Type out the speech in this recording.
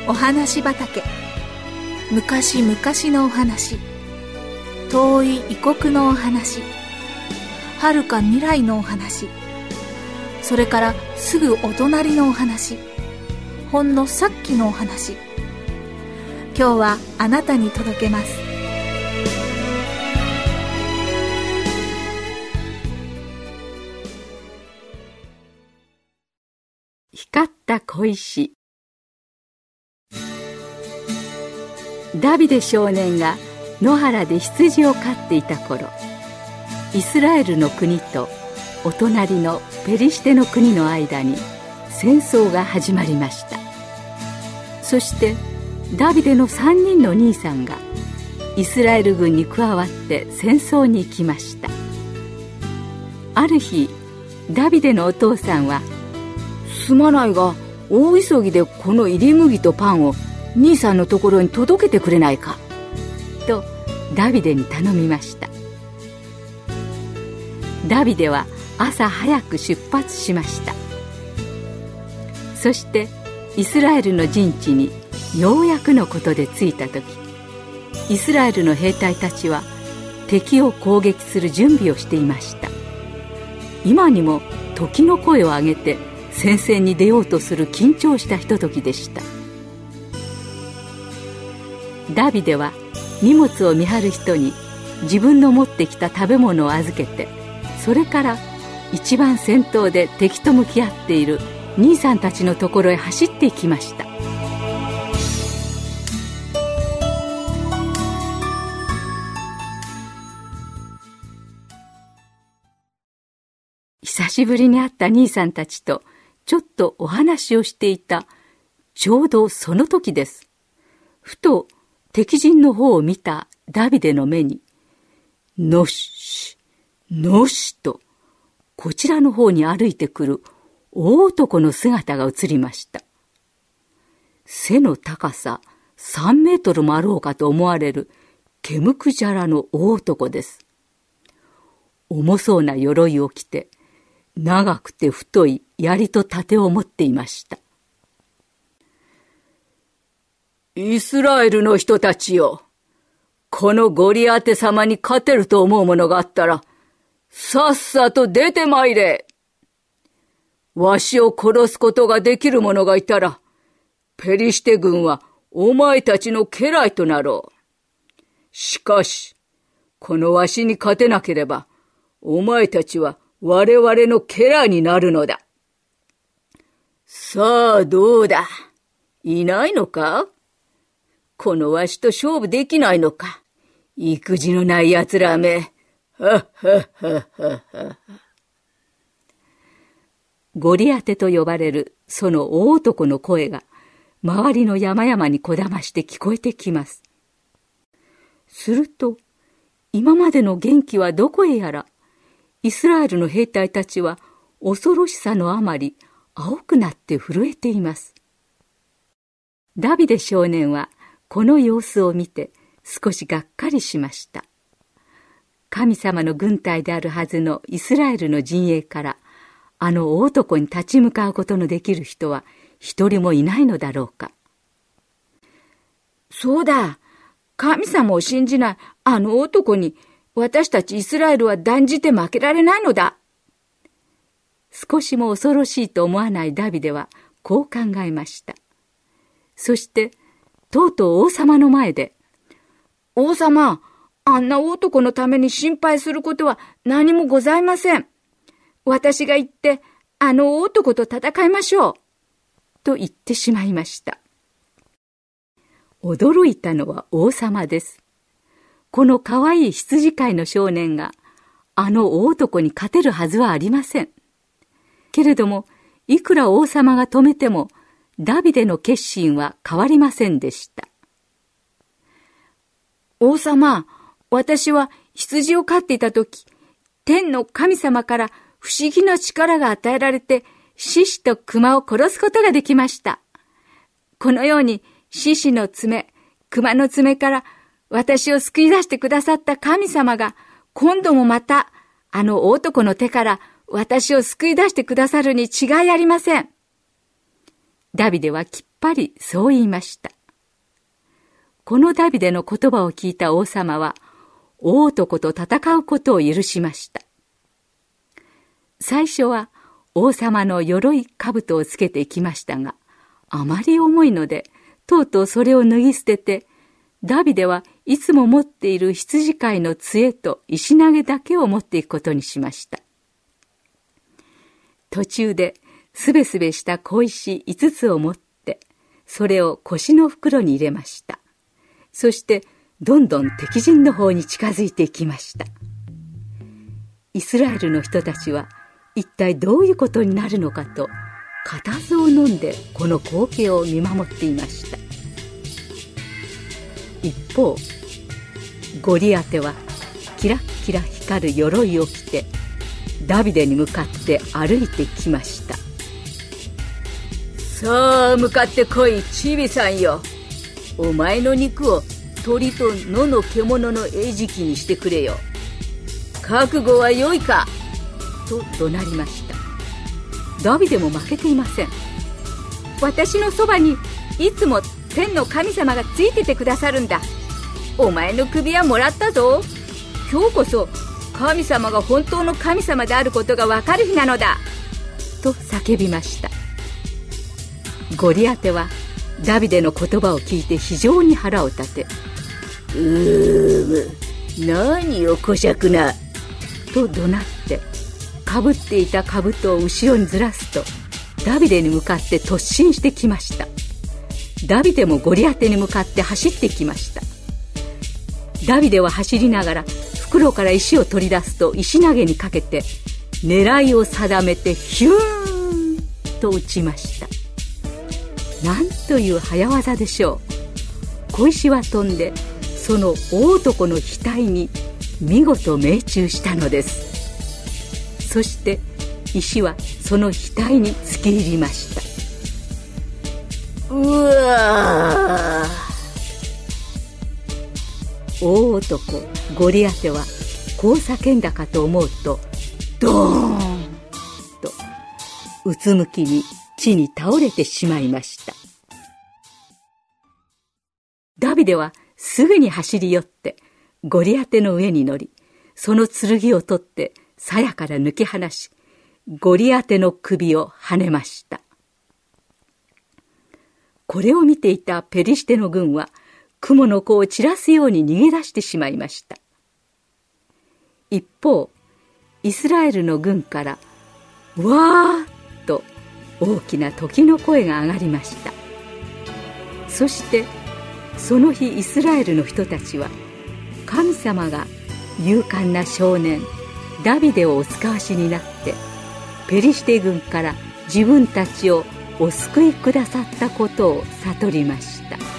お話畑。昔々のお話、遠い異国のお話、遥か未来のお話、それからすぐお隣のお話、ほんのさっきのお話。今日はあなたに届けます。 光った小石。ダビデ少年が野原で羊を飼っていた頃、イスラエルの国とお隣のペリシテの国の間に戦争が始まりました。そしてダビデの3人の兄さんがイスラエル軍に加わって戦争に行きました。ある日、ダビデのお父さんは、すまないが大急ぎでこの入り麦とパンを兄さんのところに届けてくれないかとダビデに頼みました。ダビデは朝早く出発しました。そしてイスラエルの陣地にようやくのことで着いた時、イスラエルの兵隊たちは敵を攻撃する準備をしていました。今にも時の声を上げて戦線に出ようとする緊張したひとときでした。ダビデは荷物を見張る人に自分の持ってきた食べ物を預けて、それから一番先頭で敵と向き合っている兄さんたちのところへ走っていきました。久しぶりに会った兄さんたちとちょっとお話をしていたちょうどその時です。ふと敵陣の方を見たダビデの目に、のしのしとこちらの方に歩いてくる大男の姿が映りました。背の高さ3メートルもあろうかと思われる毛むくじゃらの大男です。重そうな鎧を着て、長くて太い槍と盾を持っていました。イスラエルの人たちよ、このゴリアテ様に勝てると思うものがあったら、さっさと出てまいれ。わしを殺すことができる者がいたら、ペリシテ軍はお前たちの家来となろう。しかし、このわしに勝てなければ、お前たちは我々の家来になるのだ。さあどうだ、いないのか？このわしと勝負できないのか？育児のない奴らめ。はっはっはっはっは。ゴリアテと呼ばれるその大男の声が周りの山々にこだまして聞こえてきます。すると今までの元気はどこへやら、イスラエルの兵隊たちは恐ろしさのあまり青くなって震えています。ダビデ少年はこの様子を見て少しがっかりしました。神様の軍隊であるはずのイスラエルの陣営からあの大男に立ち向かうことのできる人は一人もいないのだろうか。そうだ、神様を信じないあの男に私たちイスラエルは断じて負けられないのだ。少しも恐ろしいと思わないダビデはこう考えました。そしてとうとう王様の前で、王様、あんな大男のために心配することは何もございません。私が行ってあの大男と戦いましょう。と言ってしまいました。驚いたのは王様です。このかわいい羊飼いの少年があの大男に勝てるはずはありません。けれどもいくら王様が止めてもダビデの決心は変わりませんでした。王様、私は羊を飼っていたとき、天の神様から不思議な力が与えられて、獅子と熊を殺すことができました。このように獅子の爪、熊の爪から私を救い出してくださった神様が、今度もまたあの大男の手から私を救い出してくださるに違いありません。ダビデはきっぱりそう言いました。このダビデの言葉を聞いた王様は、大男と戦うことを許しました。最初は王様の鎧兜をつけてきましたが、あまり重いので、とうとうそれを脱ぎ捨てて、ダビデはいつも持っている羊飼いの杖と石投げだけを持っていくことにしました。途中ですべすべした小石5つを持って、それを腰の袋に入れました。そしてどんどん敵陣の方に近づいていきました。イスラエルの人たちは一体どういうことになるのかと、固唾を飲んでこの光景を見守っていました。一方、ゴリアテはキラッキラ光る鎧を着てダビデに向かって歩いてきました。 さあ向かってこい、チビさんよ。お前の肉を鳥と野の獣の餌食にしてくれよ。覚悟は良いか。 と怒鳴りました。ダビデも負けていません。 私のそばにいつも天の神様がついててくださるんだ。お前の首はもらったぞ。今日こそ神様が本当の神様であることがわかる日なのだ。 と叫びました。ゴリアテはダビデの言葉を聞いて非常に腹を立て、 何よ小尺な。 と怒鳴ってかぶっていた兜を後ろにずらすと、ダビデに向かって突進してきました。ダビデもゴリアテに向かって走ってきました。ダビデは走りながら袋から石を取り出すと、石投げにかけて狙いを定めてヒューンと撃ちました。なんという早業でしょう。小石は飛んでその大男の額に見事命中したのです。そして石はその額に突き入りました。 うわー！大男ゴリアテはこう叫んだかと思うと、ドーンとうつむきに地に倒れてしまいました。ダビデはすぐに走り寄ってゴリアテの上に乗り、その剣を取って鞘から抜き放し、ゴリアテの首をはねました。これを見ていたペリシテの軍は蜘蛛の子を散らすように逃げ出してしまいました。一方、イスラエルの軍からわーっと大きな時の声が上がりました。そしてその日イスラエルの人たちは、神様が勇敢な少年ダビデをお使わしになってペリシテ軍から自分たちをお救いくださったことを悟りました。